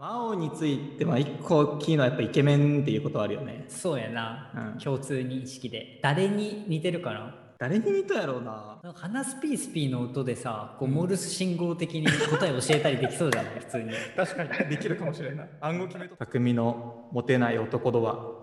青については一個大きいのはやっぱイケメンっていうことはあるよね。 そうやな、 うん共通認識で。誰に似てるかな。 誰に似たやろうな。 なんか鼻スピースピーの音でさ、こうモールス信号的に答え教えたりできそうじゃない普通に。 確かにできるかもしれない。暗号決めと匠のモテない男度は。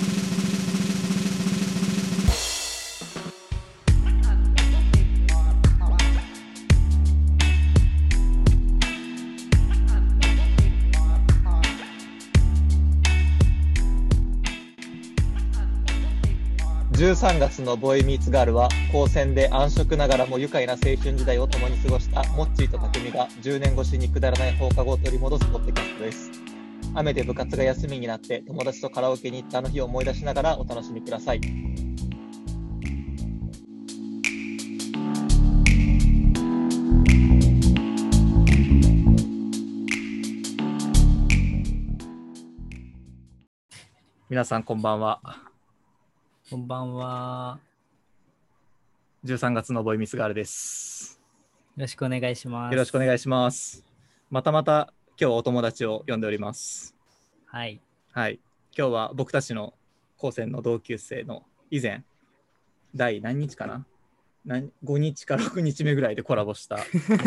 13月のボーイミーツガールは高専で暗色ながらも愉快な青春時代を共に過ごしたモッチーと匠が10年越しにくだらない放課後を取り戻すポッドキャストです。雨で部活が休みになって友達とカラオケに行ったあの日を思い出しながらお楽しみください。 皆さんこんばんは。 こんばんは。 13月のボーイミスガールです。 よろしくお願いします。 よろしくお願いします。また今日お友達を呼んでおります。 はい。 はい。今日は僕たちの高専の同級生の以前第何日かな5日か6日目ぐらいでコラボした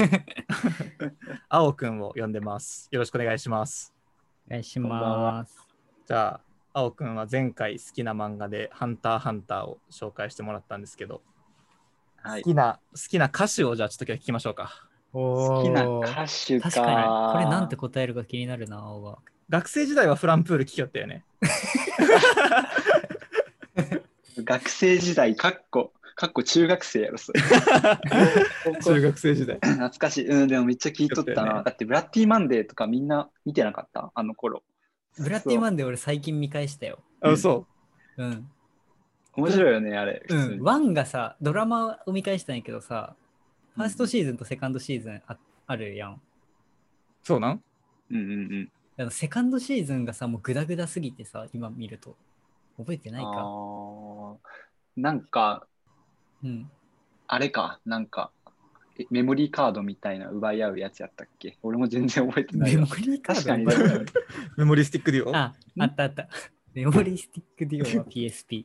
青くんを呼んでます。よろしくお願いします。 お願いします。 じゃあ青くんは前回好きな漫画でハンターハンターを紹介してもらったんですけど、はい、好きな歌詞をじゃあちょっと今日聞きましょうか。 好きな歌手か。 確かにこれなんて答えるか気になるな。青が学生時代はフランプール聞きよったよね。 学生時代かっこ中学生やろそれ。 中学生時代懐かしい。でもめっちゃ聞いとったな、ね、だってブラッディマンデーとかみんな見てなかったあの頃。 ブラッディマンデー俺最近見返したよ。 あ、そう。 うん。 面白いよねあれ。 ワンがさドラマを見返したんやけどさ、ファーストシーズンとセカンドシーズン あるやん。 そうなん？ セカンドシーズンがさもうグダグダすぎてさ今見ると覚えてないか。 なんか、あれかなんかメモリーカードみたいな奪い合うやつやったっけ？俺も全然覚えてない。 メモリーカード確かにメモリースティックデュオ？ あったメモリースティックデュオは PSP。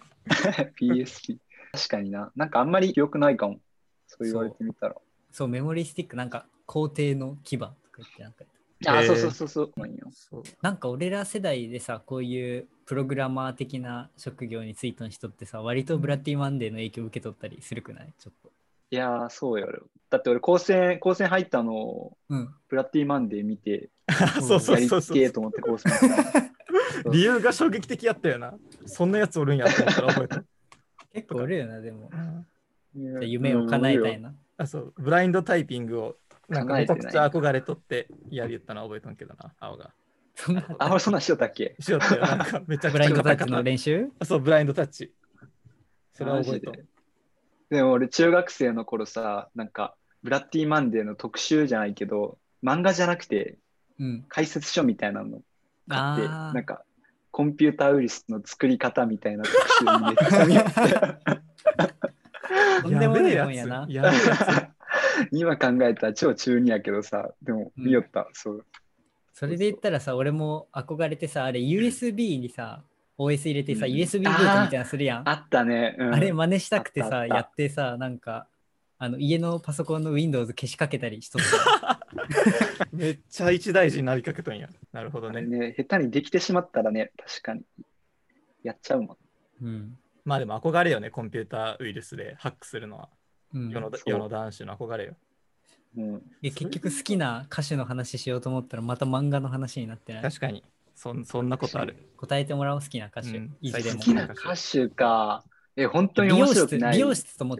PSP。確かにな。なんかあんまり記憶ないかも。そう言われてみたら。 そう、メモリースティックなんか皇帝の牙とか言ってなんか。 そう。 なんか俺ら世代でさ、こういうプログラマー的な職業に就いた人ってさ、割とブラッディマンデーの影響を受け取ったりするくない？ちょっと。 いやー、そうやろ。だって俺高専入ったのを、ブラッディマンデー見て、 そうやりっけーと思って高専入った。 理由が衝撃的やったよな。そんなやつおるんやと思ったら覚えた。 結構おるよな、でも。夢を叶えたいな。 そう、ブラインドタイピングをなんかめちゃくちゃ憧れとってやり言ったのは覚えたんけどな、青が。 そんなしよったっけ？ しよったよ。なんかめちゃくちゃブラインドタッチの練習？ そう、ブラインドタッチ。それは覚えた。 でも俺中学生の頃さ、なんかブラッディマンデーの特集じゃないけど、漫画じゃなくて、解説書みたいなの買って、なんかコンピューターウイルスの作り方みたいな特集にめっちゃ見よって。 とんでもねえもんやな。 今考えたら超中二やけどさ、でも見よった。それで言ったらさ、俺も憧れてさ、あれ USB にさ、OS 入れてさ、USB ブートみたいなするやん。 あったね。 あれ真似したくてさ、やってさ、なんか家のパソコンの Windows 消しかけたりしとった。 めっちゃ一大事になりかけとんや。なるほどね。 下手にできてしまったらね、確かにやっちゃうもん。まあでも憧れよね、コンピューターウイルスでハックするのは。世の男子の憧れよ。 結局好きな歌手の話しようと思ったらまた漫画の話になってない。 確かに。そんなことある。 答えてもらおう、好きな歌手。いずれも。 好きな歌手か。本当に面白くない。 美容室と思って。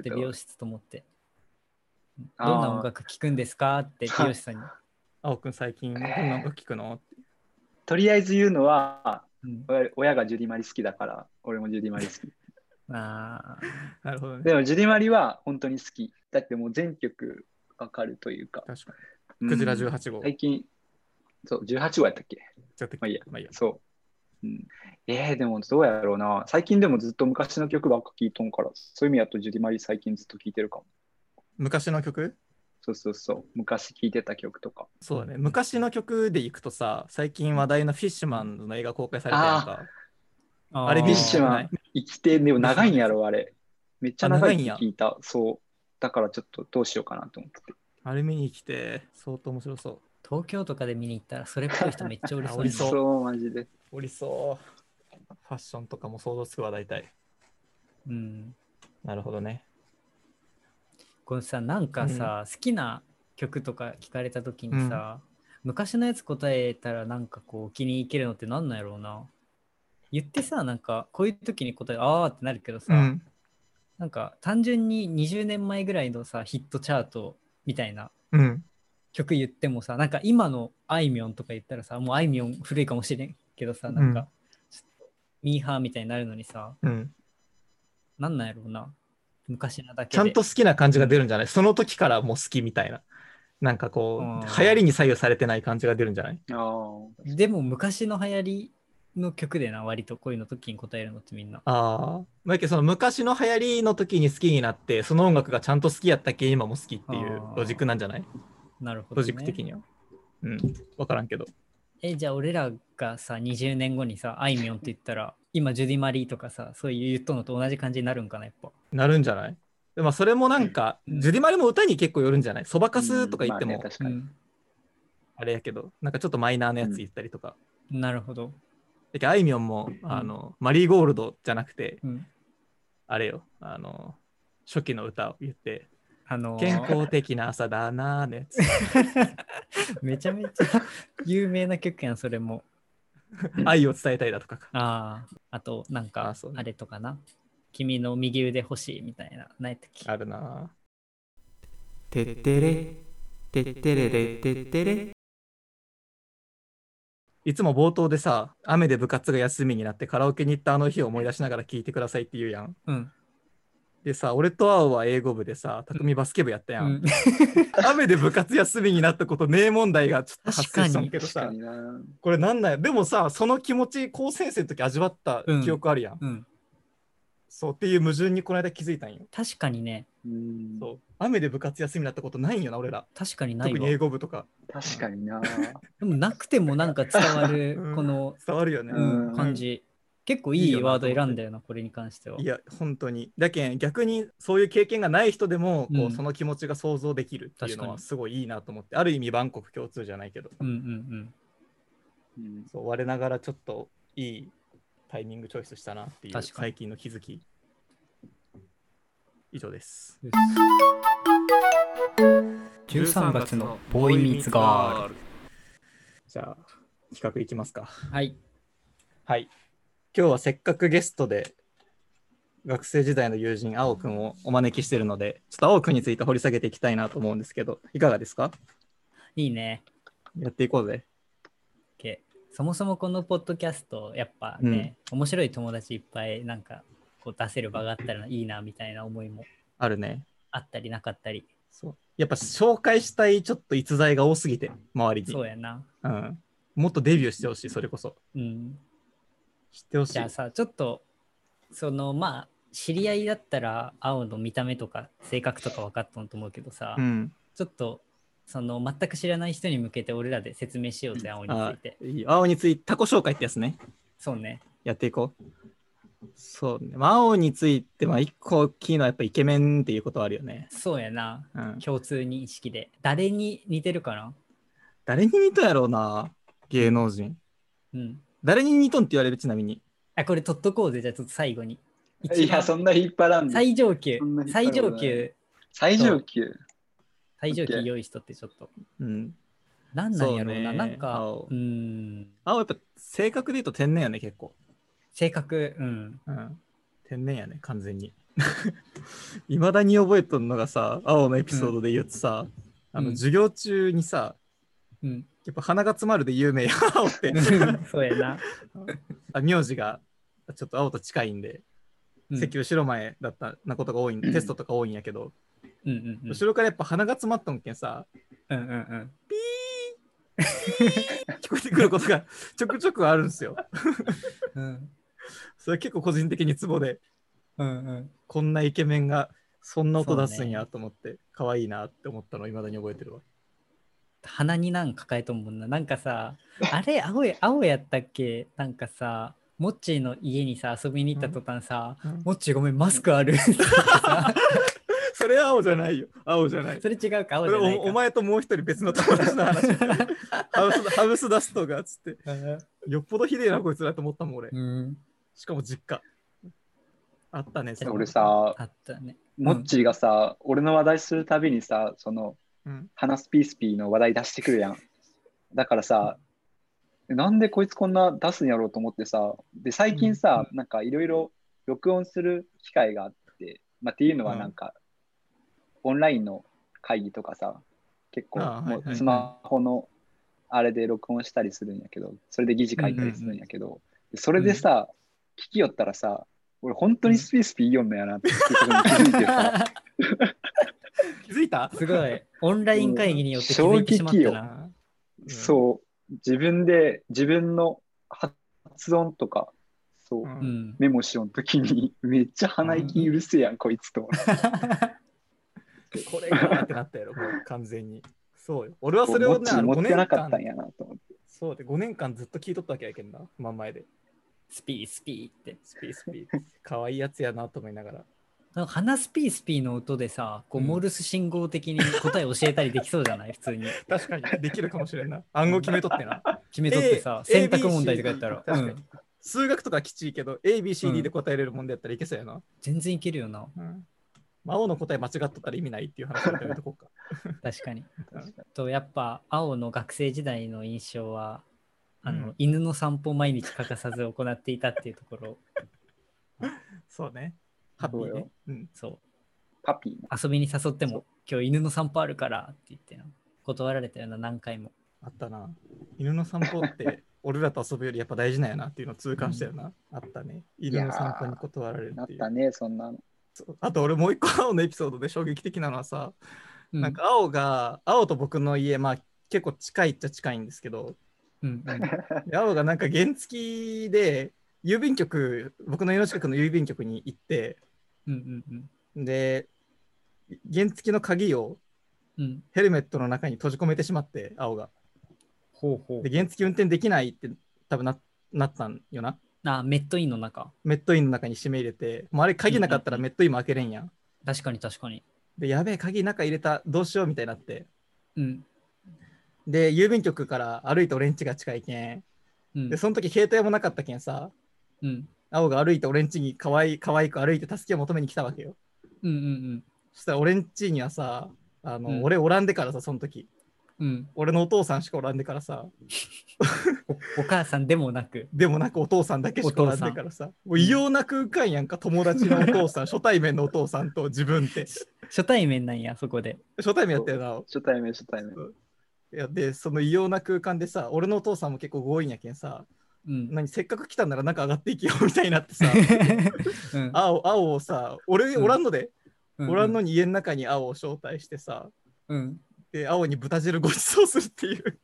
どんな音楽聴くんですかって美容師さんに。 青くん最近どんな音楽聴くの？ とりあえず言うのは、親がジュディマリ好きだから、俺もジュディマリ好き。 なるほどね。 でもジュディマリは本当に好き。だってもう全曲わかるというか。 確かに。クジラ18号。 最近、そう、18号やったっけ？まあいいや。そう。でもどうやろうな。最近でもずっと昔の曲ばっか聴いとんから、そういう意味だとジュディマリ最近ずっと聴いてるかも。 昔の曲？ そうそうそう。昔聴いてた曲とか。 そうだね。昔の曲でいくとさ、最近話題のフィッシュマンの映画公開されたやんか。あれフィッシュマン、生きて、でも長いんやろ、あれ。めっちゃ長いって聞いた。そう。だからちょっとどうしようかなと思ってて。 あれ見に来て、相当面白そう。 東京とかで見に行ったら、それっぽい人めっちゃおりそう。 おりそう。 そう、マジで。 おりそう。ファッションとかも想像つくわ、大体。 うん。 なるほどね。 このさ、なんかさ、好きな曲とか聞かれたときにさ、昔のやつ答えたらなんかこう気に入けるのってなんなんやろうな。言ってさ、なんかこういう時に答え、あーってなるけどさ、なんか単純に20年前ぐらいのさ、ヒットチャートみたいな曲言ってもさ、なんか今のあいみょんとか言ったらさ、もうあいみょん古いかもしれんけどさ、なんか、ミーハーみたいになるのにさ、なんなんやろうな。昔のだけで。 ちゃんと好きな感じが出るんじゃない、その時からもう好きみたいな。なんかこう、流行りに左右されてない感じが出るんじゃない？ でも昔の流行りの曲でな、割とこういうの時に答えるのってみんな。 だけどその昔の流行りの時に好きになって、その音楽がちゃんと好きやったっけ今も好きっていうロジックなんじゃない？ なるほど、ね。 ロジック的には。わからんけど。 じゃあ俺らがさ、20年後にさ、あいみょんって言ったら、今ジュディ・マリーとかさ、そういう言っとんのと同じ感じになるんかな、やっぱ。 なるんじゃない？でもそれもなんか、ジュディマリも歌に結構よるんじゃない？そばかすとか言っても、あれやけど、なんかちょっとマイナーなやつ言ったりとか。 なるほど。 だけどあいみょんも、マリーゴールドじゃなくて、あれよ、初期の歌を言って、健康的な朝だなーね。 めちゃめちゃ有名な曲やん、それも。 愛を伝えたいだとかか。 あと、なんか、あれとかな。君の右腕欲しいみたいな。何やったっけ？ あるな。てってれ、てってれれ、てってれ。いつも冒頭でさ、雨で部活が休みになってカラオケに行ったあの日を思い出しながら聴いてくださいって言うやん。でさ、俺と青は英語部でさ、匠バスケ部やったやん。雨で部活休みになったことねえ問題がちょっと発生したんけどさ、これなんなんや。でもさ、その気持ち高専生の時味わった記憶あるやん。そうっていう矛盾にこの間気づいたんよ。 確かにね。 そう。雨で部活休みになったことないんよな、俺ら。 確かにないわ。 特に英語部とか。 確かにな。 でもなくてもなんか伝わる、この伝わるよね。 感じ。結構いいワード選んだよな、これに関しては。 いや、本当に。だけん、逆にそういう経験がない人でも、こうその気持ちが想像できるっていうのはすごいいいなと思って、ある意味万国共通じゃないけど。そう、我ながらちょっといいタイミングチョイスしたなっていう最近の気づき。以上です。 13月のボーイミーツガール。 じゃあ、企画いきますか。 はい。 はい。今日はせっかくゲストで学生時代の友人、青くんをお招きしているので、ちょっと青くんについて掘り下げていきたいなと思うんですけど、いかがですか？ いいね。 やっていこうぜ。 そもそもこのポッドキャスト、やっぱね、面白い友達いっぱいなんかこう出せる場があったらいいなみたいな思いもあるね。 あったりなかったり。 そう。やっぱ紹介したいちょっと逸材が多すぎて、周りに。 そうやな。 もっとデビューしてほしい、それこそ。知ってほしい。 じゃあさ、ちょっと知り合いだったら青の見た目とか性格とか分かったと思うけどさ、ちょっと全く知らない人に向けて俺らで説明しようぜ、青について。 青について他己紹介ってやつね。 そうね。 やっていこう。そうね。青について一個大きいのはやっぱイケメンっていうことはあるよね。 そうやな。共通認識で。誰に似てるかな？ 誰に似とんやろうな、芸能人。誰に似とんって言われる？ちなみに。 これ取っとこうぜ、じゃあちょっと最後に。 いや、そんな引っ張らんで。 最上級用意しとってちょっと。なんなんやろうな、なんか、 青やっぱ性格で言うと天然やね、結構。 性格、 天然やね、完全に。いまだに覚えとんのがさ、青のエピソードで言うとさ、授業中にさ、やっぱ鼻が詰まるで有名や、青って。 そうやな。 名字がちょっと青と近いんで、席後ろ前だったなことが多いんで、テストとか多いんやけど、後ろからやっぱ鼻が詰まっとんけんさ、ピー聞こえてくることがちょくちょくあるんですよ。それ結構個人的にツボで、こんなイケメンがそんな音出すんやと思って、可愛いなって思ったのを未だに覚えてるわ。 鼻になんか抱えとんもんな。なんかさ、あれ青やったっけ？なんかさ、モッチーの家にさ遊びに行った途端さ、モッチーごめんマスクあるって言ってさそれは青じゃないよ。青じゃない。 それ違うか、青じゃないか。 お前ともう一人別の友達の話。ハウスダストがつって。よっぽどひでえなこいつだと思ったもん俺。しかも実家。あったね。 俺さ、 あったね。 モッチーがさ、俺の話題するたびにさ、その、話すピースピーの話題出してくるやん。だからさ、なんでこいつこんな出すんやろうと思ってさ、で、最近さ、なんかいろいろ録音する機会があって、まあ、っていうのはなんか、オンラインの会議とかさ、結構もうスマホのあれで録音したりするんやけど、それで議事書いたりするんやけど、それでさ、聞きよったらさ、俺本当にスピースピー言いよんのやなってことに気づいてさ。 気づいた？ すごい。オンライン会議によって気づいてしまったな。 そう、自分の発音とか、そう、メモしよんときにめっちゃ鼻息うるせえやん、こいつと。 これかってなったやろ、もう完全に。そうよ。俺はそれをね、 持ってなかったんやなと思って。 そうで、5年間ずっと聞いとったわけやけんな、真ん前で。 スピースピーって。 スピースピー。かわいいやつやなと思いながら。 なんか鼻スピースピーの音でさ、こうモールス信号的に答え教えたりできそうじゃない？普通に。 確かにできるかもしれんな。暗号決めとってな。 決めとってさ、選択問題とかやったら。 確かに。数学とかきちいけど、ABCD で答えれる問題やったらいけそうやな。 全然いけるよな。 青の答え間違っとったら意味ないっていう話をやめとこうか。 確かに。とやっぱ青の学生時代の印象は、犬の散歩を毎日欠かさず行っていたっていうところ。 そうね。ハッピーね。 そう。 ハッピー遊びに誘っても、今日犬の散歩あるからって言って断られたような何回も。 あったな。犬の散歩って俺らと遊ぶよりやっぱ大事なんやなっていうのを痛感したよな。あったね。犬の散歩に断られるっていう。 あったね、そんなの。 あと俺もう一個青のエピソードで衝撃的なのはさ、なんか青と僕の家、まあ結構近いっちゃ近いんですけど、青がなんか原付で郵便局、僕の家の近くの郵便局に行って、で、原付の鍵をヘルメットの中に閉じ込めてしまって、青が。で、原付運転できないって多分なったんよな。 メットインの中。 メットインの中に締め入れて、もうあれ鍵なかったらメットインも開けれんやん。 確かに確かに。 で、やべえ、鍵中入れた、どうしようみたいになって。で、郵便局から歩いて俺ん家が近いけん。で、その時携帯もなかったけんさ、青が歩いて俺ん家に可愛く歩いて助けを求めに来たわけよ。そしたら俺ん家にはさ、俺おらんでからさ、その時。俺のお父さんしかおらんでからさお母さんでもなくお父さんだけしかおらんでからさ、もう異様な空間やんか、友達のお父さん初対面のお父さんと自分って初対面なんや、そこで初対面やったよな。 初対面いやで、その異様な空間でさ、俺のお父さんも結構強引やけんさ、せっかく来たんならなんか上がっていきようみたいになってさ青をさ、俺おらんので、おらんのに家の中に青を招待してさ、で青に豚汁ごちそうするっていう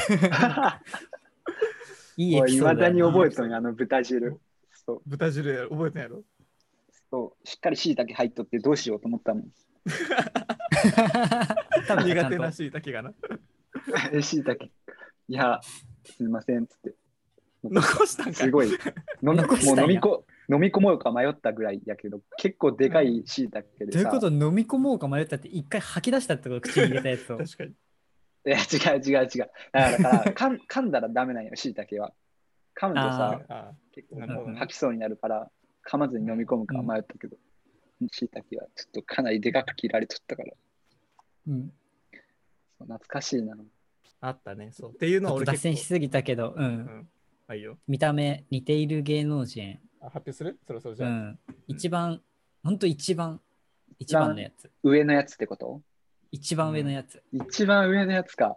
いいエピソード。 いまだに覚えとんや、豚汁。 そう豚汁やろ、覚えてんやろ。 そう、しっかり椎茸入っとってどうしようと思ったもん。 苦手な椎茸がな。 椎茸。いや、すみませんっつって。 残したんかい。 すごい。もう飲み込もうか迷ったぐらいやけど、結構でかい椎茸でさ。 どういうこと？飲み込もうか迷ったって一回吐き出したってこと？口に入れたやつを。 確かに。 いや、違う。だから噛んだらダメなんよ、椎茸は。噛むとさ、結構吐きそうになるから、噛まずに飲み込むか迷ったけど、椎茸はちょっとかなりでかく切られとったから。懐かしいな。 あったね、そう。っていうのは俺脱線しすぎたけど、 はいよ。 見た目似ている芸能人。 発表する？そろそろじゃあ。 一番のやつ。 上のやつってこと？ 一番上のやつ。 一番上のやつか。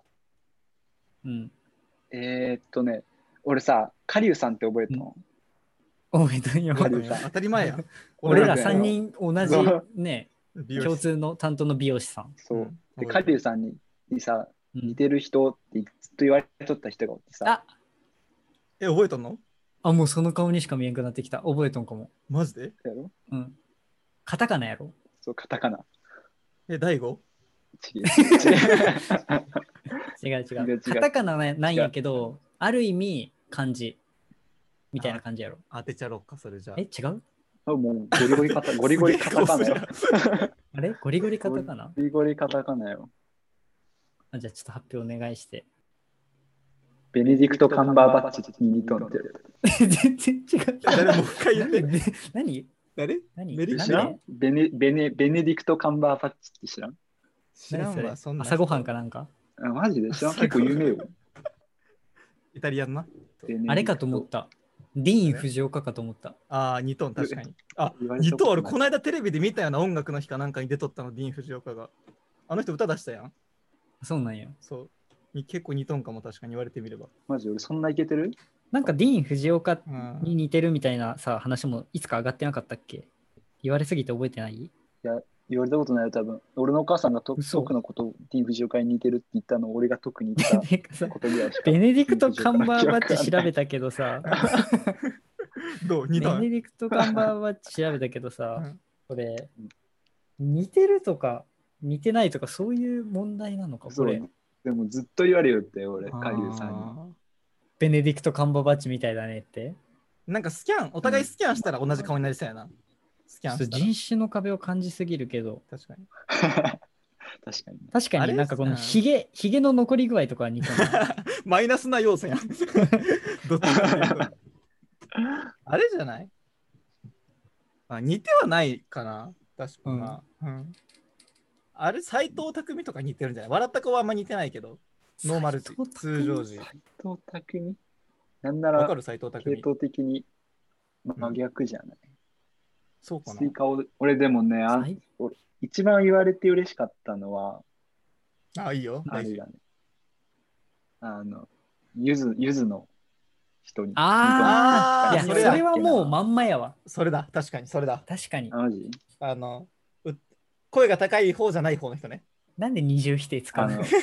俺さ、カリュウさんって覚えたの？ 覚えたんよ。 当たり前や。 俺ら3人同じね、共通の担当の美容師さん。 そう。で、カリュウさんにさ、似てる人ってずっと言われとった人がおってさ。 覚えとんの？ もうその顔にしか見えんくなってきた。覚えとんかも。 マジで？ カタカナやろ？ そう、カタカナ。 大悟違う。 違う。カタカナないんやけど、ある意味漢字みたいな感じやろ。 当てちゃろうか、それじゃあ。 違う？ もうゴリゴリカタカナよ。 あれゴリゴリカタカナ？ ゴリゴリカタカナよ。 じゃあちょっと発表お願いして。 ベネディクト・カンバーバッチに似とんってる。 全然違う。 誰もう一回言って。 何メリ知らん？ベネディクト・カンバーバッチって知らん？ 知らんわ、そんな。 朝ごはんかなんか？ マジで知らん？結構有名よ。 イタリアンな。 あれかと思った。ディーン・フジオカかと思った。 2トン確かに。2トン俺この間テレビで見たような音楽の日かなんかに出とったの、ディーン・フジオカが。あの人歌出したやん。 そうなんや。 そう。結構2トンかも確かに言われてみれば。 マジ俺そんないけてる？ なんかディーン・フジオカに似てるみたいなさ、話もいつか上がってなかったっけ？言われすぎて覚えてない？ いや、言われたことないよ、多分。俺のお母さんが特のことをディーン・フジオカに似てるって言ったのを俺が特に言ったことぐらいしか。 ベネディクト・カンバーバッチ調べたけどさ。 どう？ ベネディクト・カンバーバッチ調べたけどさ、これ、似てるとか似てないとかそういう問題なのか、これ。 でもずっと言われるって、俺、カリュウさんに。 ベネディクト・カンバーバッチみたいだねって。 なんかスキャン、お互いスキャンしたら同じ顔になりそうやな。スキャンしたら。 人種の壁を感じすぎるけど。 確かに。 確かになんかこのヒゲの残り具合とかは似てない。 マイナスな要素やん。どっちかというと。あれじゃない？似てはないかな。確かに。あれ、斎藤工とか似てるんじゃない？笑った子はあんま似てないけど、ノーマル時、通常時。 斎藤工？なんなら、 わかる？斎藤工。 系統的に真逆じゃない？ そうかな。 俺でもね、一番言われて嬉しかったのは、 いいよ。 あれだね。ゆずの人に。 いや、それはもうまんまやわ。 それだ、確かに、それだ。 確かに。 マジ？ 声が高い方じゃない方の人ね。 なんで二重否定使うの？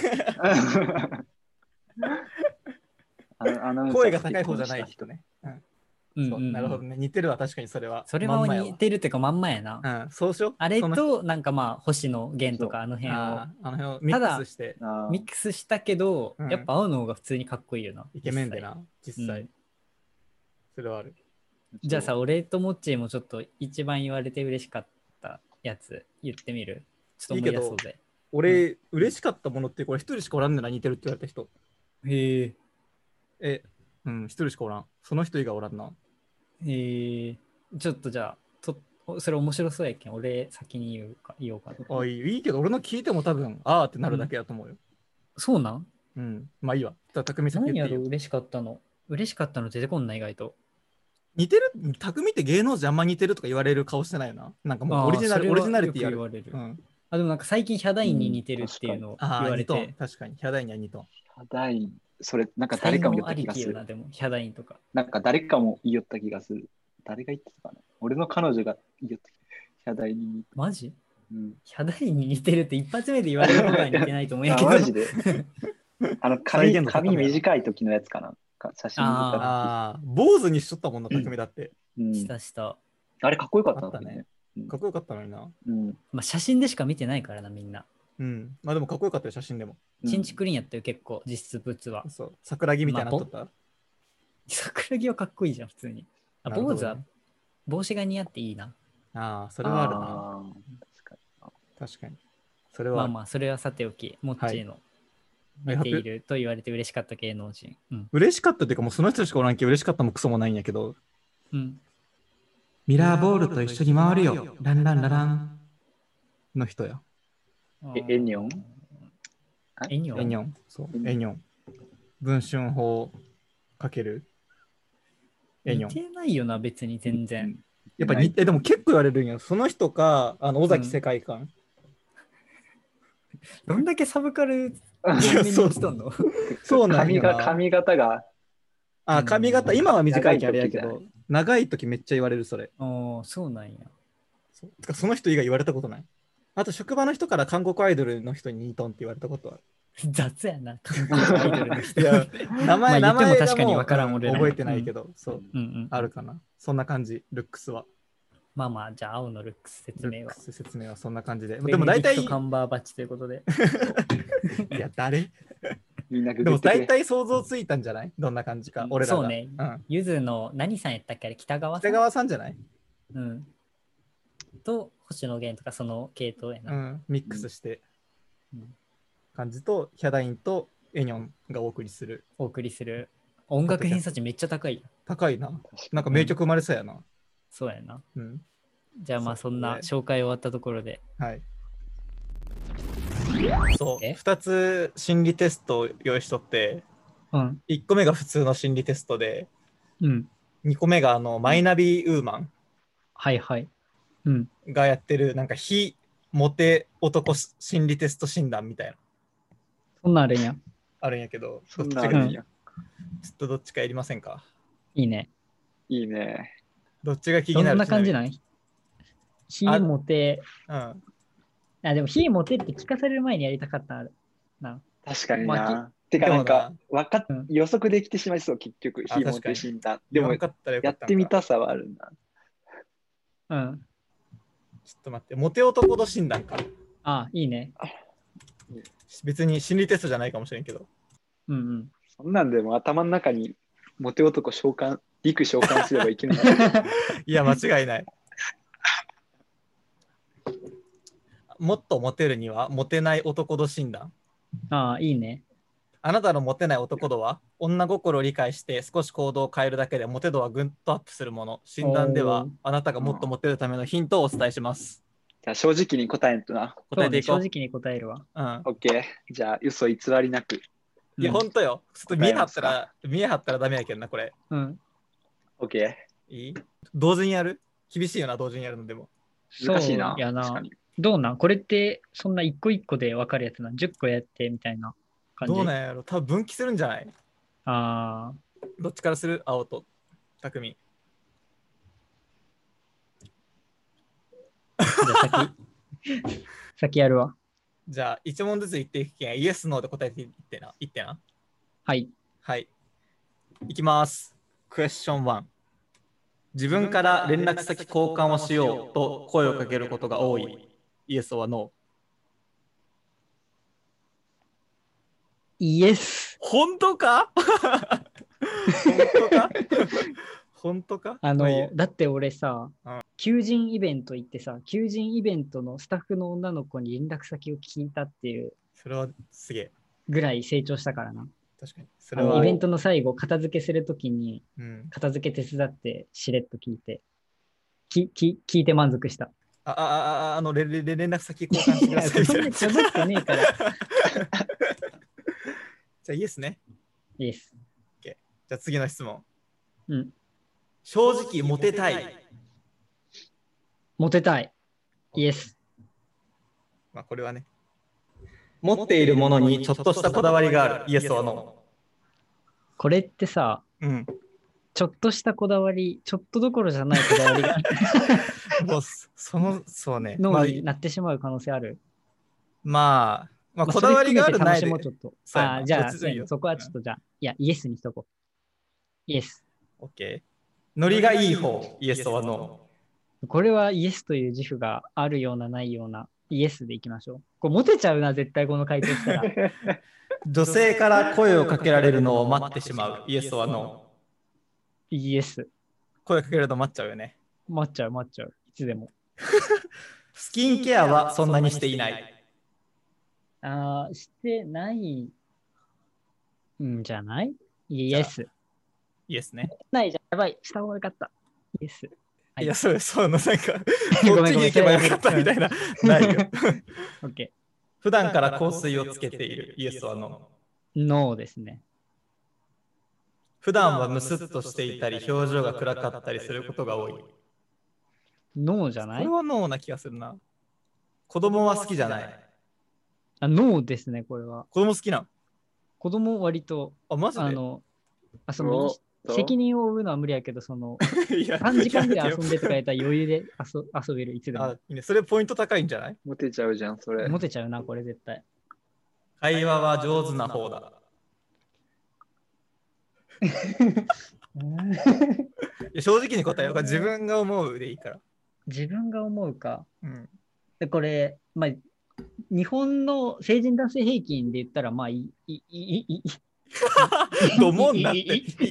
声が高い方じゃない人ね。なるほどね。似てるわ、確かにそれは。 それは似てるっていうかまんまやな。 そうしよう。 あれとなんかまあ星野源とかあの辺をミックスして。 ミックスしたけど、やっぱ青の方が普通にかっこいいよな。 イケメンでな、実際。それはある。 じゃあさ、俺とモッチーもちょっと一番言われて嬉しかったやつ言ってみる？ちょっと思い出そうぜ。 俺、嬉しかったものってこれ一人しかおらんねら似てるって言われた人。 へえ。一人しかおらん。その人以外おらんな。 ちょっとじゃあ、それ面白そうやけん。俺先に言おうかな。 いいけど、俺の聞いても多分、あーってなるだけやと思うよ。 そうなん？ まあいいわ。匠さん言っていいよ。 何やろ、嬉しかったの出てこんな、意外と。 似てる？匠って芸能人あんま似てるとか言われる顔してないよな。なんかもうオリジナリティ言われる。 でもなんか最近ヒャダインに似てるっていうのを言われて。 確かに、ヒャダインには似とん。 ヒャダイン、それなんか誰かも言った気がする。 でもヒャダインとか。 なんか誰かも言った気がする。誰が言ってたかな？俺の彼女が言ったヒャダインに。 マジ？ヒャダインに似てるって一発目で言われることは似てないと思うんやけど。 マジで髪短い時のやつかな？写真見た。 坊主にしとったもんな、匠だって。 した。 あれかっこよかったね。 かっこよかったのにな。 まあ写真でしか見てないからな、みんな。 まあでもかっこよかったよ、写真でも。 チンチクリーンやったよ、結構、実物は。 そう、桜木みたいなの撮った。 桜木はかっこいいじゃん、普通に。坊主は帽子が似合っていいな。 それはあるな。確かに。それはまあそれはさておき、モッチーの似ていると言われて嬉しかった芸能人。 嬉しかったっていうか、もうその人しかおらんけど、嬉しかったもクソもないんやけど。ミラーボールと一緒に回るよ。ランランラランの人や。 エニョン？ エニョン。そう、エニョン。文春法かけるエニョン。 似てないよな、別に全然。 やっぱ似て、でも結構言われるんや。その人か、尾崎世界観。 どんだけサブカルに落ちとんの？ そうなんや。 髪型が。 髪型、今は短いけどあれやけど、長い時めっちゃ言われる、それ。 そうなんや。 その人以外言われたことない。あと、職場の人から韓国アイドルの人に似とんって言われたことはある。 雑やな、韓国アイドルの人。 名前も確かに分からん俺ら覚えてないけど、そう、あるかな。そんな感じ、ルックスは。 まあまあ、じゃあ青のルックス説明は。 ルックス説明はそんな感じで。 でも大体。カンバーバッチということで。 いや、誰みんなグでも大体想像ついたんじゃない？どんな感じか。俺らが。 そうね。ゆずの何さんやったっけ？あれ北川さん。 北川さんじゃない？ うん。と星野源とかその系統やな。 ミックスして。感じとヒャダインとエニョンがお送りする。 音楽偏差値めっちゃ高い。 高いな。なんか名曲生まれそうやな。 そうやな。じゃあまあそんな紹介終わったところで。 はい。そう。2つ心理テストを用意しとって、1個目が普通の心理テストで、2個目がマイナビウーマン。 はいはい。 がやってるなんか非モテ男心理テスト診断みたいな。 そんなあるんや。 あるんやけど、ちょっとどっちかやりませんか？ いいね。 いいね。 どっちが気になる？ どんな感じなん？非モテ。でも非モテって聞かされる前にやりたかったな。 確かにな。てかなんか予測できてしまいそう、結局非モテ診断。でもやってみたさはあるな。 ちょっと待って、モテ男度診断か。 いいね。 別に心理テストじゃないかもしれんけど。 そんなんでも頭の中にモテ男陸召喚すればいけない。 いや、間違いない。もっとモテるにはモテない男度診断。 いいね。 あなたのモテない男度は女心を理解して少し行動を変えるだけでモテ度はぐんとアップするもの。診断ではあなたがもっとモテるためのヒントをお伝えします。 じゃあ正直に答えんとな。 答えていこう。 正直に答えるわ。 OK。じゃあ嘘偽りなく。 いや、ほんとよ。ちょっと見え張ったらダメやけどな、これ。 OK。 いい？同時にやる？厳しいよな、同時にやるのでも。 難しいな。 やな。どうなん？これってそんな一個一個で分かるやつな。10個やってみたいな感じ。 どうなんやろ？多分分岐するんじゃない？どっちからする？青と匠。 じゃあ先やるわ。 じゃあ1問ずつ言っていくけん、イエスノーで答えていってな。 はい。 はい。いきます。クエスチョン1。自分から連絡先交換をしようと声をかけることが多い。イエスはノー。 イエス。 本当か？本当か？ だって俺さ、求人イベント行ってさ、求人イベントのスタッフの女の子に連絡先を聞いたっていう。 それはすげえ。 ぐらい成長したからな。 確かに。それはイベントの最後、片付けするときに、片付け手伝ってしれっと聞いて、聞いて満足した。 連絡先交換してください。 そんな家族ねえから。 じゃあイエスね。 イエス。 じゃあ次の質問。 正直モテたい。 モテたい。イエス。 まあこれはね。持っているものにちょっとしたこだわりがある。イエスはノー。 これってさ、ちょっとしたこだわり、ちょっとどころじゃないこだわりがそうね。 脳になってしまう可能性ある。 まあこだわりがあるないで。 じゃあそこはちょっとじゃあ、いや、イエスにしとこう。イエス。 OK。ノリがいい方、イエスはノー。これはイエスという自負があるようなないようなイエスでいきましょう。これモテちゃうな、絶対この回答したら。 女性から声をかけられるのを待ってしまう。イエスはノー。イエス。 声かけられるの待っちゃうよね。 待っちゃう。いつでも。 スキンケアはそんなにしていない。 してないんじゃない？イエス。 イエスね。 ないじゃん。やばい。下もよかった。イエス。 いや、そうなんか、こっちに行けばよかったみたいな。ないよ。 OK。 普段から香水をつけている。イエスはノー。ノーですね。 普段はムスッとしていたり、表情が暗かったりすることが多い。 ノーじゃない？ これはノーな気がするな。子供は好きじゃない。 ノーですね、これは。 子供好きなの？ 子供割と、 マジで？ 責任を負うのは無理やけど、3時間ぐらい遊んでとかやったら余裕で遊べる、いつでも。 それポイント高いんじゃない？ モテちゃうじゃん、それ。 モテちゃうな、これ絶対。 会話は上手な方だ。正直に答えようか、自分が思うでいいから。 自分が思うか。 うん、 でこれ、まあ、日本の成人男性平均で言ったら、まあ、 どもんなって。ち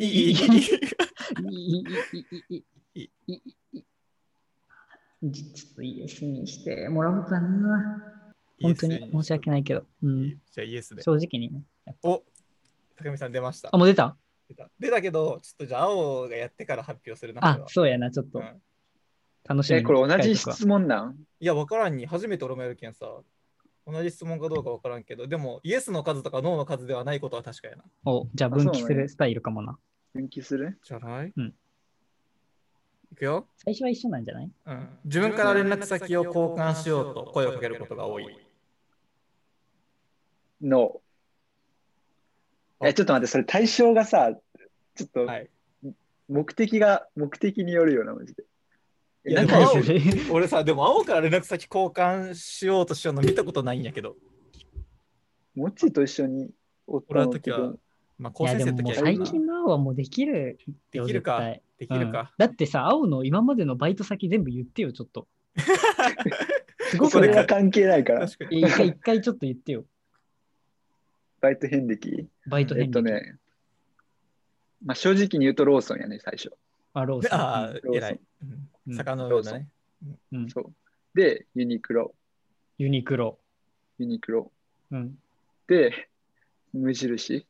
ょっとイエスにしてもらおうかな。本当に申し訳ないけど。うん、 じゃあイエスで。 正直にね。 お、高見さん出ました。 あ、もう出た出たけど、ちょっとじゃあ青がやってから発表するな。 あ、そうやな、ちょっと。楽しみに。 これ同じ質問なん？ いや、わからんに。初めて俺もやるけんさ。同じ質問かどうかわからんけど、でも、イエスの数とかノーの数ではないことは確かやな。 じゃあ分岐するスタイルかもな。 分岐する？ じゃない？ うん。 いくよ。 最初は一緒なんじゃない？ うん。自分から連絡先を交換しようと声をかけることが多い。 ノー。ちょっと待って、それ対象がさ、ちょっと、目的によるよな、マジで。 いや、俺さ、でも青から連絡先交換しようとしようの見たことないんやけど。 モッチーと一緒におったの時は、まあ、高専生の時は最近の青はもうできる。 できるか。できるか。 だってさ、青の今までのバイト先全部言ってよ、ちょっと。 すごくそれは関係ないから。 一回ちょっと言ってよ。 バイト遍歴？ バイト遍歴。 まあ、正直に言うとローソンやね、最初。 あ、ローソン。 ああ、偉い。魚の上だね。 そう。で、ユニクロ。 ユニクロ。 うん。で、無印。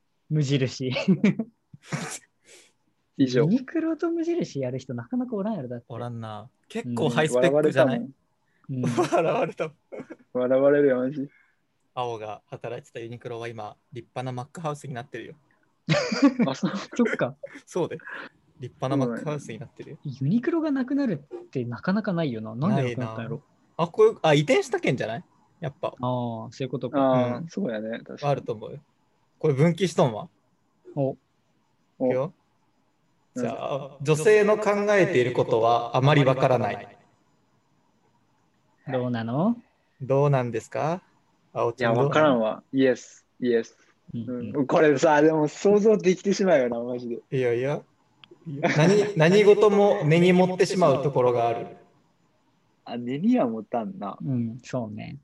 以上。 ユニクロと無印やる人なかなかおらんやろだって。 おらんな。結構ハイスペックじゃない？笑われた。 笑われるよ、マジ。 青が働いてたユニクロは今、立派なマックハウスになってるよ。 あ、そっか。 そうで。立派なマックハウスになってるよ。 ユニクロがなくなるってなかなかないよな。なんでなくなったんやろ？ 移転した件じゃない？やっぱ。 そういうことか。 ああ、そうやね。確かに。 あると思うよ。これ分岐しとんわ。いくよ。じゃあ、女性の考えていることはあまりわからない。 どうなの？ どうなんですか？ いや、わからんわ。イエス。これさ、でも想像できてしまうよな、マジで。 いや。何事も根に持ってしまうところがある。 根には持たんな。 そうね。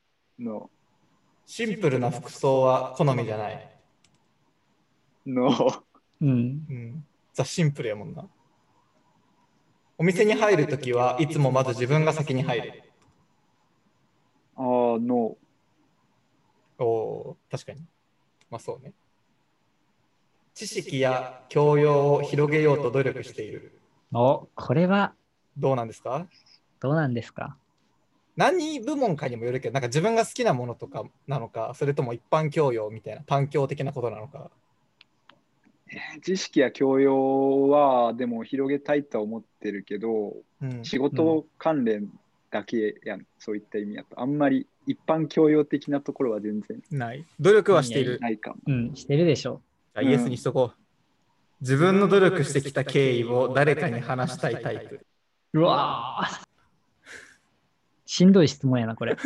シンプルな服装は好みじゃない。ザ・シンプルやもんな。お店に入るときはいつもまず自分が先に入る。 ノー。確かに。まあそうね。知識や教養を広げようと努力している。 これはどうなんですか？何部門かにもよるけど、なんか自分が好きなものとかなのか、それとも一般教養みたいな、パン教的なことなのか。 知識や教養はでも広げたいとは思ってるけど、仕事関連だけやん、そういった意味だと。あんまり一般教養的なところは全然ない。努力はしている。 ないかも。 してるでしょ。 じゃあイエスにしとこう。自分の努力してきた経緯を誰かに話したいタイプ。 うわー。しんどい質問やな、これ。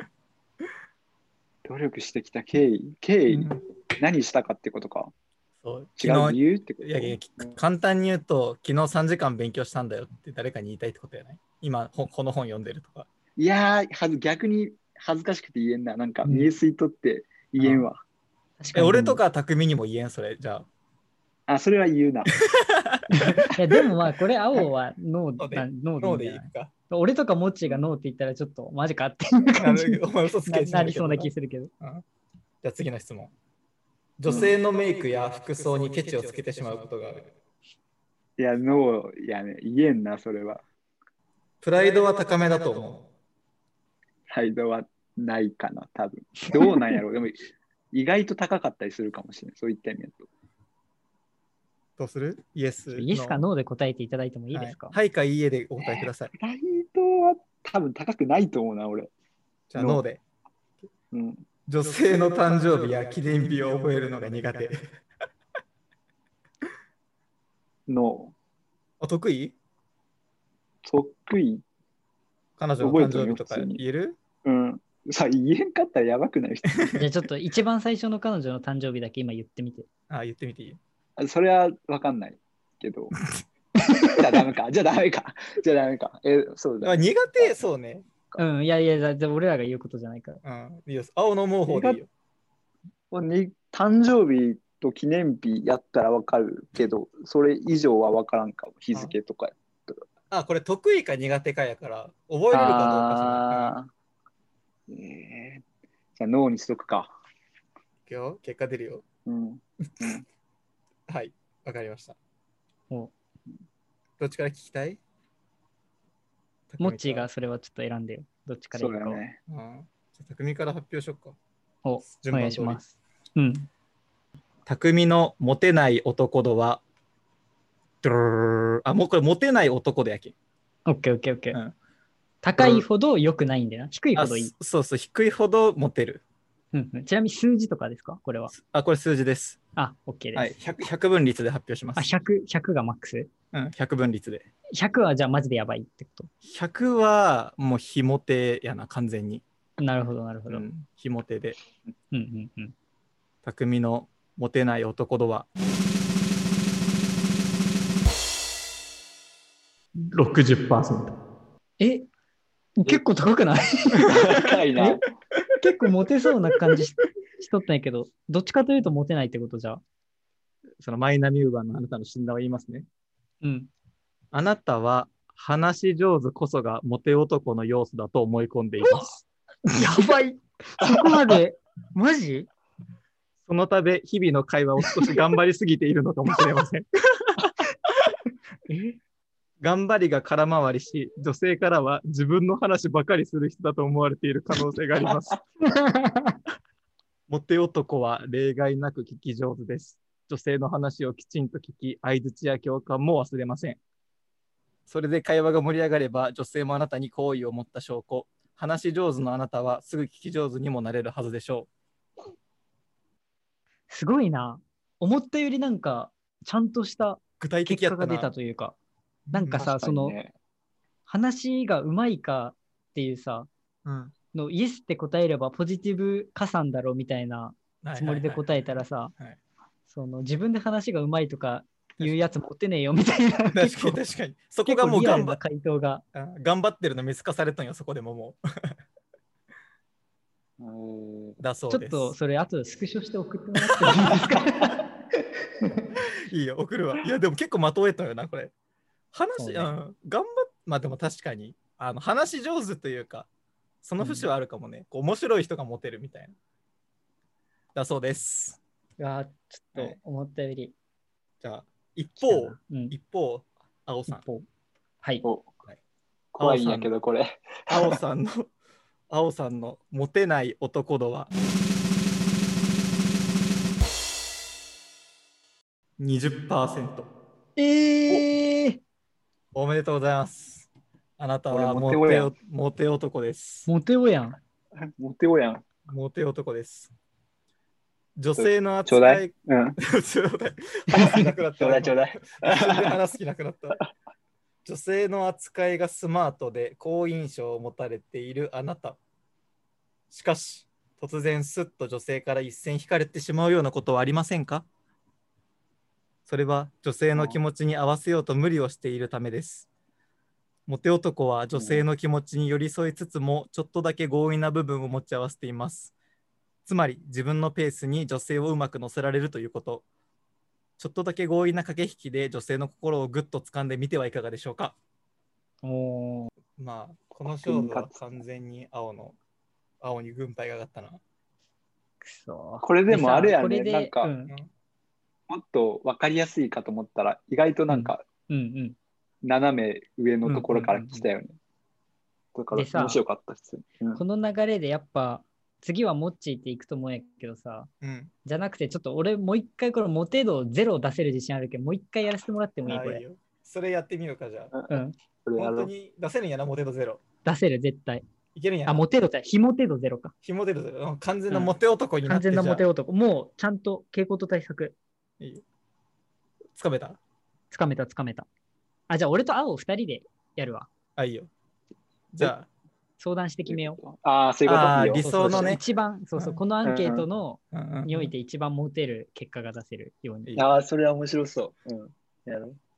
努力してきた経緯、何したかってことか。違う理由ってこと？ いや簡単に言うと、昨日3時間勉強したんだよって誰かに言いたいってことやない？今、この本読んでるとか。 いやー、逆に恥ずかしくて言えんな。なんか、見えすいとって言えんわ。 俺とか匠にも言えん、それ、じゃあ。それは言うな。 でもまあ、これ、青はノーでいいか。 俺とかモッチーがノーって言ったら、ちょっとマジかっていう感じになりそうな気するけど。 じゃあ次の質問。女性のメイクや服装にケチをつけてしまうことがある。 いや、ノーやね。言えんな、それは。 プライドは高めだと思う。 プライドはないかな、多分。どうなんやろう。でも、意外と高かったりするかもしれない。そういった意味だと。 どうする？イエスかノーで答えていただいてもいいですか？ はいかいいえでお答えください。 プライドは多分高くないと思うな、俺。 じゃあノーで。女性の誕生日や記念日を覚えるのが苦手。 ノー。得意？ 得意。 彼女の誕生日とか言える？ さあ、言えんかったらやばくない？ じゃあちょっと一番最初の彼女の誕生日だけ今言ってみて。 言ってみていい？ それは分かんないけど。 じゃあダメか。じゃあダメか。そうだ。 苦手、そうね。 うん、いやいや、俺らが言うことじゃないから。 うん。いいよ。青の思う方でいいよ。 誕生日と記念日やったらわかるけど、それ以上はわからんかも。日付とかやったら。これ得意か苦手かやから、覚えれるかどうかじゃあ脳にしとくか。 いくよ。結果出るよ。はい。わかりました。どっちから聞きたい？ モッチーがそれはちょっと選んでよ。どっちからいくか。 そうだね。 じゃあ匠から発表しようか。 お願いします。 匠のモテない男度は、もうこれモテない男でやけ。 オッケー。高いほど良くないんだよな。低いほどいい。 そう、低いほどモテる。 ちなみに数字とかですかこれは。 これ数字です。 オッケーです。 はい、100分率で発表します。 100がマックス 100分率で。 100はじゃあマジでやばいってこと？ 100 はもう非モテやな、完全に。 なるほど。 非モテで。 匠のモテない男度は 60%。 結構高くない？ 高いな。 結構モテそうな感じしとったんやけど、どっちかというとモテないってことじゃ。 そのマイナミウーバーのあなたの診断を言いますね。あなたは話し上手こそがモテ男の要素だと思い込んでいます。 やばい。そこまで。マジ？ そのため、日々の会話を少し頑張りすぎているのかもしれません。頑張りが空回りし、女性からは自分の話ばかりする人だと思われている可能性があります。モテ男は例外なく聞き上手です。女性の話をきちんと聞き、相槌や共感も忘れません。それで会話が盛り上がれば、女性もあなたに好意を持った証拠。話し上手のあなたはすぐ聞き上手にもなれるはずでしょう。 すごいな。思ったよりなんか、ちゃんとした具体的結果が出たというか。なんかさ、その、話がうまいかっていうさ、のイエスって答えればポジティブ加算だろうみたいなつもりで答えたらさ、その自分で話がうまいとかいうやつ持ってねえよみたいな。 確かに。そこがもう頑張回答が頑張ってるの見透かされたんよ、そこでももう。だそうです。 ちょっとそれ後でスクショして送ってもらってもいいですか？ いいよ、送るわ。いや、でも結構まとえたよな、これ。頑張っ、まあでも確かに、話し上手というか、その節はあるかもね。面白い人がモテるみたいな。だそうです。 ちょっと思ったより。 じゃあ、一方、青さん。 はい。 怖いんやけど、これ。 青さんのモテない男度は20%。おめでとうございます。あなたはモテ男です。 モテ男です。女性の扱い。話す気なくなった。話す気なくなった。女性の扱いがスマートで好印象を持たれているあなた。しかし、突然スッと女性から一線引かれてしまうようなことはありませんか？それは女性の気持ちに合わせようと無理をしているためです。モテ男は女性の気持ちに寄り添いつつもちょっとだけ強引な部分を持ち合わせています。つまり自分のペースに女性をうまく乗せられるということ。ちょっとだけ強引な駆け引きで女性の心をぐっと掴んでみてはいかがでしょうか。まあこの勝負は完全に青に軍配が上がったな。 これでもあれやね、なんか、もっと分かりやすいかと思ったら意外となんか、斜め上のところから来たよね。だから面白かったです。 この流れでやっぱ次はモッチーっていくと思うんやけどさ、じゃなくてちょっと俺もう一回このモテ度0出せる自信あるけどもう一回やらせてもらってもいい？これそれやってみようか。じゃあ本当に出せるんやな。モテ度0 出せる。絶対いけるんやな。 モテ度って非モテ度0か。 非モテ度0。完全なモテ男になって、 完全なモテ男。もうちゃんと傾向と対策つかめた。 じゃあ俺と青2人でやるわ。 いいよ。じゃあ相談して決めよう。 そういうこと。 理想のね。 一番、このアンケートにおいて一番モテる結果が出せるように。 それは面白そう。やろう。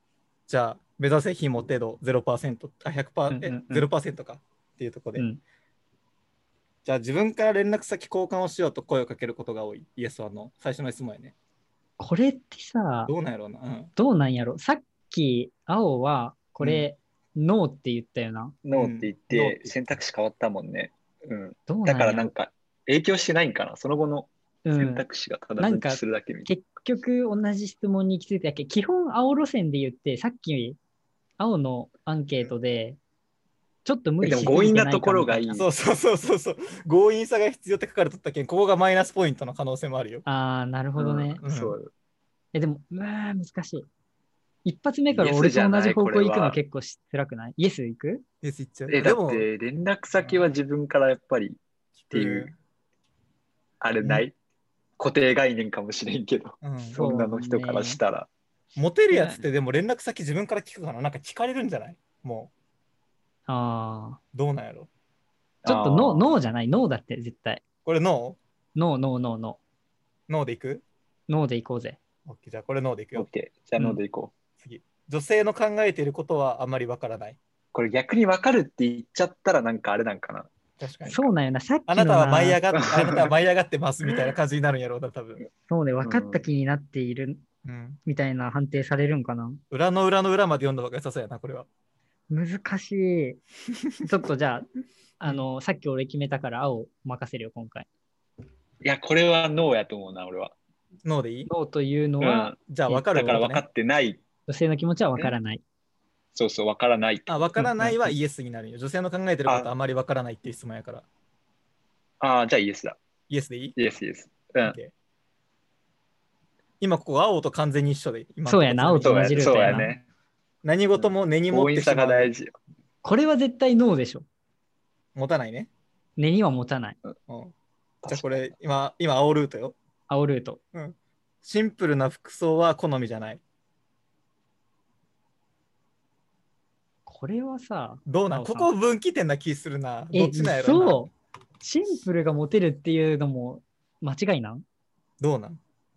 じゃあ、目指せ非モテ度 0%、100%、0% かっていうところで。じゃあ、自分から連絡先交換をしようと声をかけることが多い。イエスはノー。最初の質問やね。 これってさ、 どうなんやろうな。 どうなんやろ。さっき、青は、これ、ノーって言ったよな。 ノーって言って選択肢変わったもんね。だからなんか影響してないんかな、その後の選択肢がただ分岐するだけみたいな。 結局同じ質問に行き着いたけど、基本青路線で言って、さっき青のアンケートで、ちょっと無理しすぎてないかみたいな。 強引なところがいい。 そう。強引さが必要って書かれとったけん、ここがマイナスポイントの可能性もあるよ。 ああ、なるほどね。 そう。 でも、難しい。一発目から俺と同じ方向行くの結構辛くない？イエス行く？ イエス行っちゃう。 だって連絡先は自分からやっぱりっていう、あれない、固定概念かもしれんけど、女の人からしたら。 モテるやつってでも連絡先自分から聞くかな？なんか聞かれるんじゃない？もう。どうなんやろ？ ちょっとノーじゃない？ノーだって絶対。 これノー？ノーでいく？ ノーでいこうぜ。 OK、じゃあこれノーでいくよ。 OK、じゃあノーでいこう。 次。女性の考えていることはあまりわからない。 これ逆にわかるって言っちゃったらなんかあれなんかな。 確かに。 そうなんよな。さっきのあなたは舞い上がってますみたいな感じになるんやろうな、多分。 そうね、分かった気になっているみたいな判定されるんかな。 裏の裏の裏まで読んだ方が良さそうやな、これは。 難しい。ちょっとじゃあ、さっき俺決めたから青任せるよ、今回。 いや、これはノーやと思うな、俺は。 ノーでいい？ ノーというのは、 じゃあ分かる、 だから分かってない。 女性の気持ちは分からない。 そう、分からない。 分からないはイエスになるよ。女性の考えてることはあまり分からないっていう質問やから。 じゃあイエスだ。 イエスでいい？ イエス。 今ここ青と完全に一緒で。 そうやな、青と同じルートやな。 ね。 何事も根に持ってしまう。 強引さが大事よ。 これは絶対ノーでしょ。 持たないね。 根には持たない。 じゃあこれ、今青ルートよ。 青ルート。 シンプルな服装は好みじゃない。 これはさ、 どうなん？ここ分岐点な気するな。どっちなんやろな。 そう。シンプルがモテるっていうのも間違いなん？ どうなん？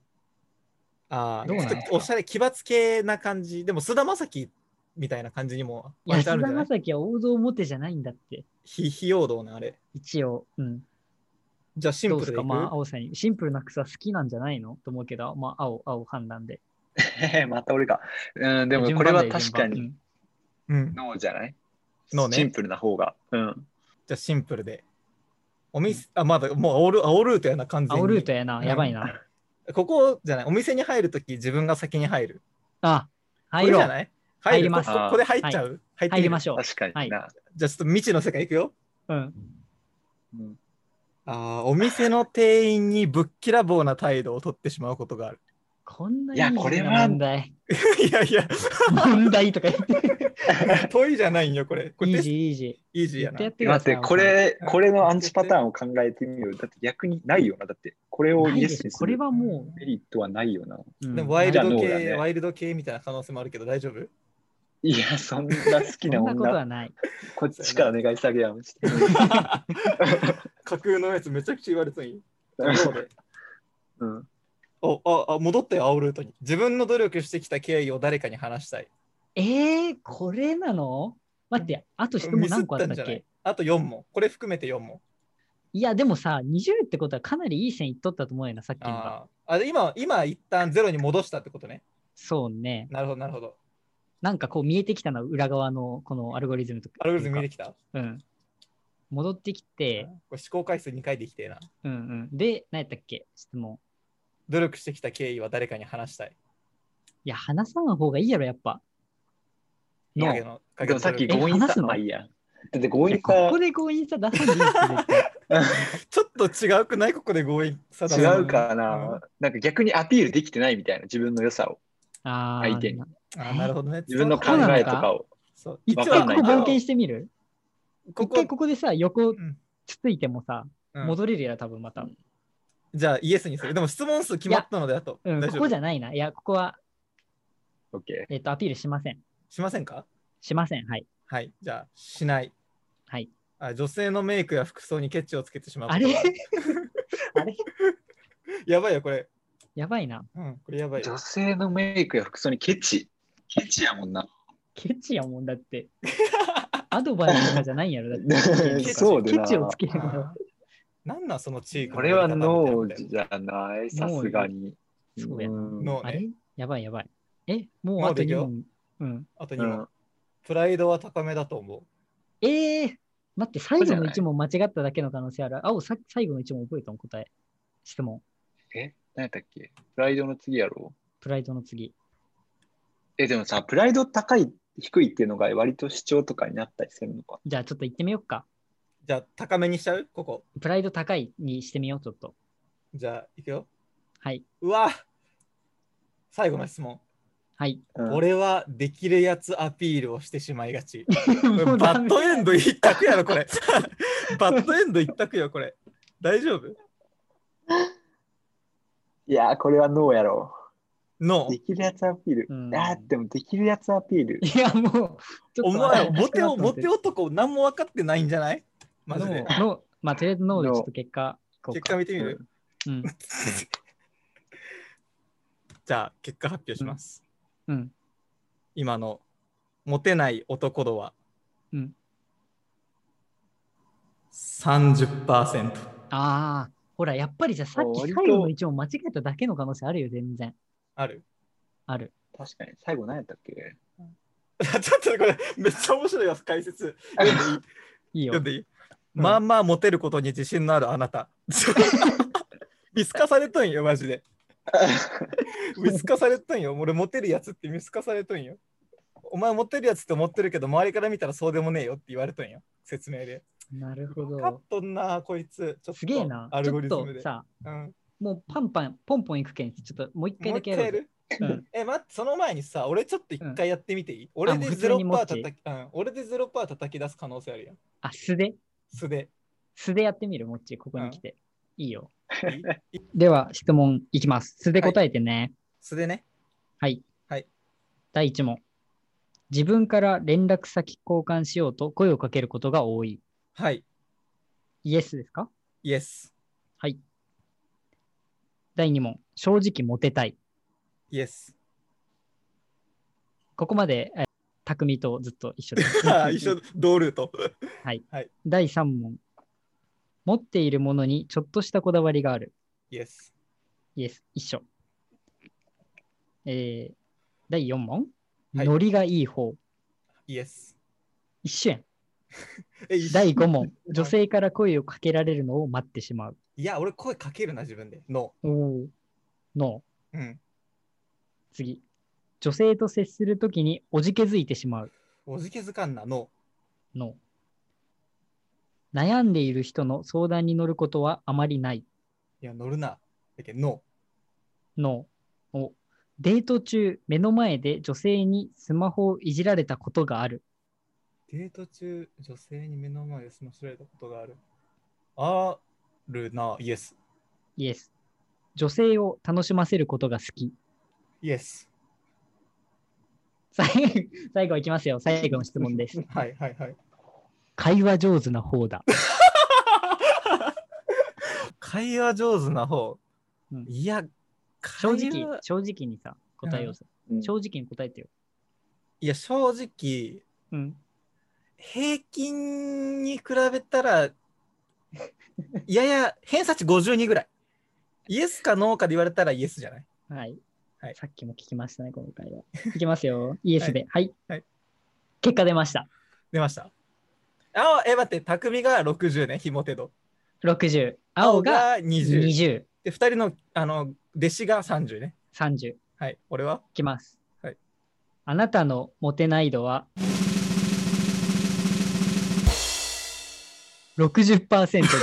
おしゃれ、奇抜系な感じ。でも菅田将暉みたいな感じにもあるんじゃない？菅田将暉は王道モテじゃないんだって。 非王道なあれ。 一応。 じゃあシンプルでいく？ 青さんにシンプルな草好きなんじゃないのと思うけど、青判断で。 また俺が。でもこれは確かに。ノーじゃない？ノーね。シンプルな方が。じゃあシンプルで。お店、まだもう青ルートやな、完全に。 青ルートやな、やばいな。 ここじゃない、お店に入るとき自分が先に入る。 入ろう。 入ります。ここで入っちゃう？ 入りましょう。 確かにな。 じゃあちょっと未知の世界いくよ。お店の店員にぶっきらぼうな態度を取ってしまうことがある。 こんなに問題。 いや問題とか言って。 問いじゃないんよ、これ。 イージーやな。 待って、これのアンチパターンを考えてみよう。だって逆にないよな。だって、これをイエスにする。 これはもうメリットはないよな。 でもワイルド系みたいな可能性もあるけど大丈夫？ いや、そんな好きな女。 そんなことはない。 こっちから願い下げやんして。 架空のやつめちゃくちゃ言われたんよ。戻ったよ、青ルートに。自分の努力してきた経緯を誰かに話したい。 これなの？待って、あと質問何個あったっけ？ あと4問。これ含めて4問。 いや、でもさ、20ってことはかなりいい線いっとったと思うよな、さっきのが。 今一旦ゼロに戻したってことね。 そうね。 なるほど。 なんかこう見えてきたの、裏側のこのアルゴリズムとか。 アルゴリズム見えてきた？ 戻ってきて。 これ試行回数2回できてえな。 で、何やったっけ？質問。 努力してきた経緯は誰かに話したい。 いや、話さん方がいいやろ、やっぱ。 でもさっき強引さいいやん。だって強引さ。 ここで強引さ出さんでいいですちょっと違うくない？ここで強引さ違うかな。なんか逆にアピールできてないみたいな、自分の良さを。相手に。 なるほどね。 自分の考えとかを。 一回ここ冒険してみる？一回ここでさ、横つついてもさ、戻れるやろ、多分また。 じゃあイエスにする。でも質問数決まったのであと。 ここじゃないな。いや、ここは、 アピールしません。 しませんか？ しません。はい。 はい。じゃあ、しない。 はい。 女性のメイクや服装にケチをつけてしまう。 あれやばいよ、これ。 やばいな。 これやばいよ。 女性のメイクや服装にケチやもんな。 ケチやもんだって。アドバイスとかじゃないんやろだって。 そうだな。 ケチをつけるの。 なんなんそのチーク。 これはノーじゃない、さすがに。 そうやな。 あれやばい。もうあと2問。 あと2問。プライドは高めだと思う。 待って、最後の1問間違っただけの可能性ある。最後の1問覚えたの答え。質問。 何やったっけ？プライドの次やろ？ プライドの次。 でもさ、プライド高い、低いっていうのが割と主張とかになったりするのか。 じゃあちょっと言ってみようか。 じゃあ高めにしちゃう？ここ。 プライド高いにしてみよう、ちょっと。 じゃあ、いくよ。 はい。 うわ最後の質問。 はい。 俺はできるやつアピールをしてしまいがち。バッドエンド一択やろ、これ。バッドエンド一択よ、これ。大丈夫？ いや、これはノーやろ。 ノー？ できるやつアピール。でもできるやつアピール。 いや、もう、 お前、モテ男何も分かってないんじゃない？マジで。 まあ、とりあえずノーでちょっと結果見てみる？じゃあ、結果発表します。今のモテない男度は、30%。 ほら、やっぱりじゃあさっき最後の1問間違えただけの可能性あるよ、全然。 ある。 確かに。最後何やったっけ？ ちょっとこれ、めっちゃ面白いわ、解説。 いいよ。 読んでいい？まあまあモテることに自信のあるあなた。見透かされとんよ、マジで。見透かされとんよ。俺モテるやつって見透かされとんよ。お前モテるやつって思ってるけど、周りから見たらそうでもねえよって言われとんよ。説明で。 なるほど。 カットんな、こいつ。ちょっとすげえな。 アルゴリズムで。 さ、もうポンポンいくけん、ちょっともう一回だけやろう。 待って、その前にさ、俺ちょっと一回やってみていい？俺で 0% 叩き出す可能性あるやん。素でやってみる、もっち、ここに来て。いいよ。では、質問いきます。素で答えてね。 素でね。 はい。第1問。自分から連絡先交換しようと声をかけることが多い。 はい。 イエスですか？ イエス。 はい。第2問。正直モテたい。 イエス。 ここまで、匠とずっと一緒です。 一緒、同ルート。 はい。第3問。持っているものにちょっとしたこだわりがある。 イエス。 一緒。第4問。ノリがいい方。 イエス。 一緒やん。第5問。女性から声をかけられるのを待ってしまう。 いや、俺声かけるな、自分で。ノー。ノー。次。女性と接するときにおじけづいてしまう。 おじけづかんな、ノー。悩んでいる人の相談に乗ることはあまりない。 いや、乗るな。だけど、 ノー。デート中、目の前で女性にスマホをいじられたことがある。 デート中、女性に目の前でスマホいじられたことがある。あるな、イエス。 女性を楽しませることが好き。 イエス。 最後いきますよ。最後の質問です。 はい。 会話上手な方だ。 会話上手な方。いや、 正直にさ、答えよう。正直に答えてよ。 いや、正直、平均に比べたら、いや、偏差値52ぐらい。イエスかノーかで言われたらイエスじゃない？ はい。さっきも聞きましたね、この会話。いきますよ。イエスで。はい。結果出ました。 待って、匠が60ね、ひもてど。 60。青が 20。で、2人の、弟子が30ね。 30。 はい。俺はいきます。はい。あなたのモテない度は60% です。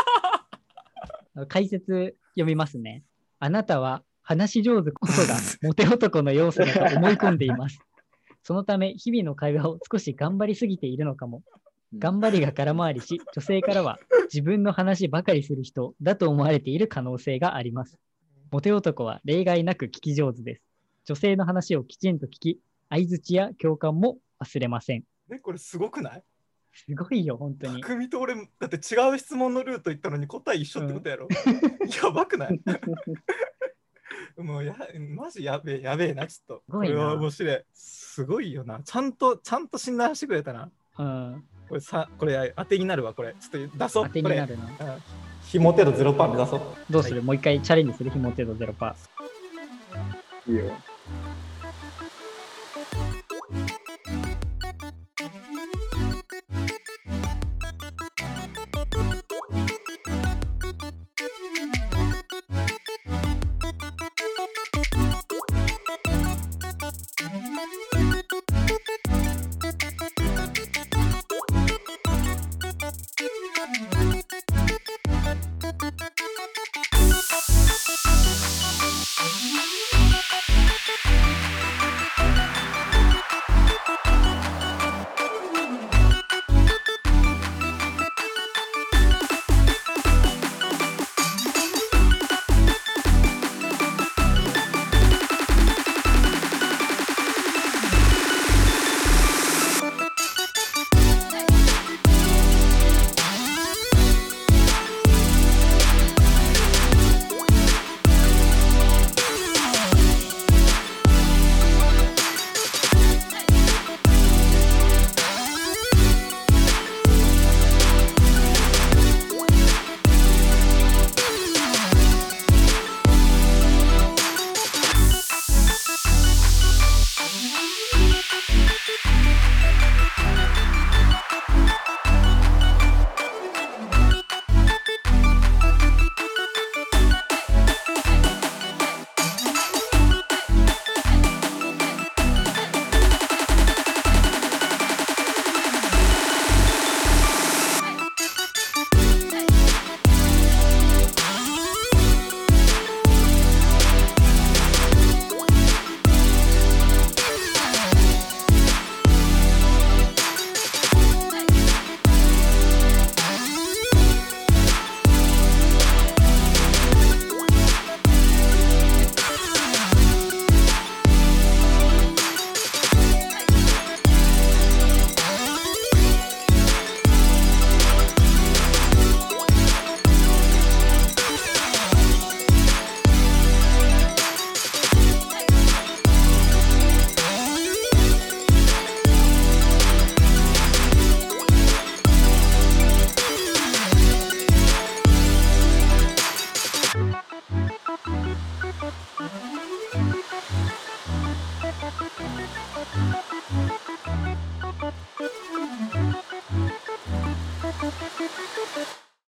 解説読みますね。あなたは話し上手こそがモテ男の要素だと思い込んでいます。そのため、日々の会話を少し頑張りすぎているのかも。頑張りが空回りし、女性からは自分の話ばかりする人だと思われている可能性があります。モテ男は例外なく聞き上手です。女性の話をきちんと聞き、相槌や共感も忘れません。 これすごくない？ すごいよ、本当に。 匠と俺、だって違う質問のルート言ったのに答え一緒ってことやろ。やばくない？ もうマジやべえな、ちょっと。 すごいな。 これは面白い。すごいよな。ちゃんと診断してくれたな。これ当てになるわ、これ。ちょっと出そう。 当てになるな。 ひも程度0%目指そう。 どうする、もう一回チャレンジする、ひも程度0%。 いいよ。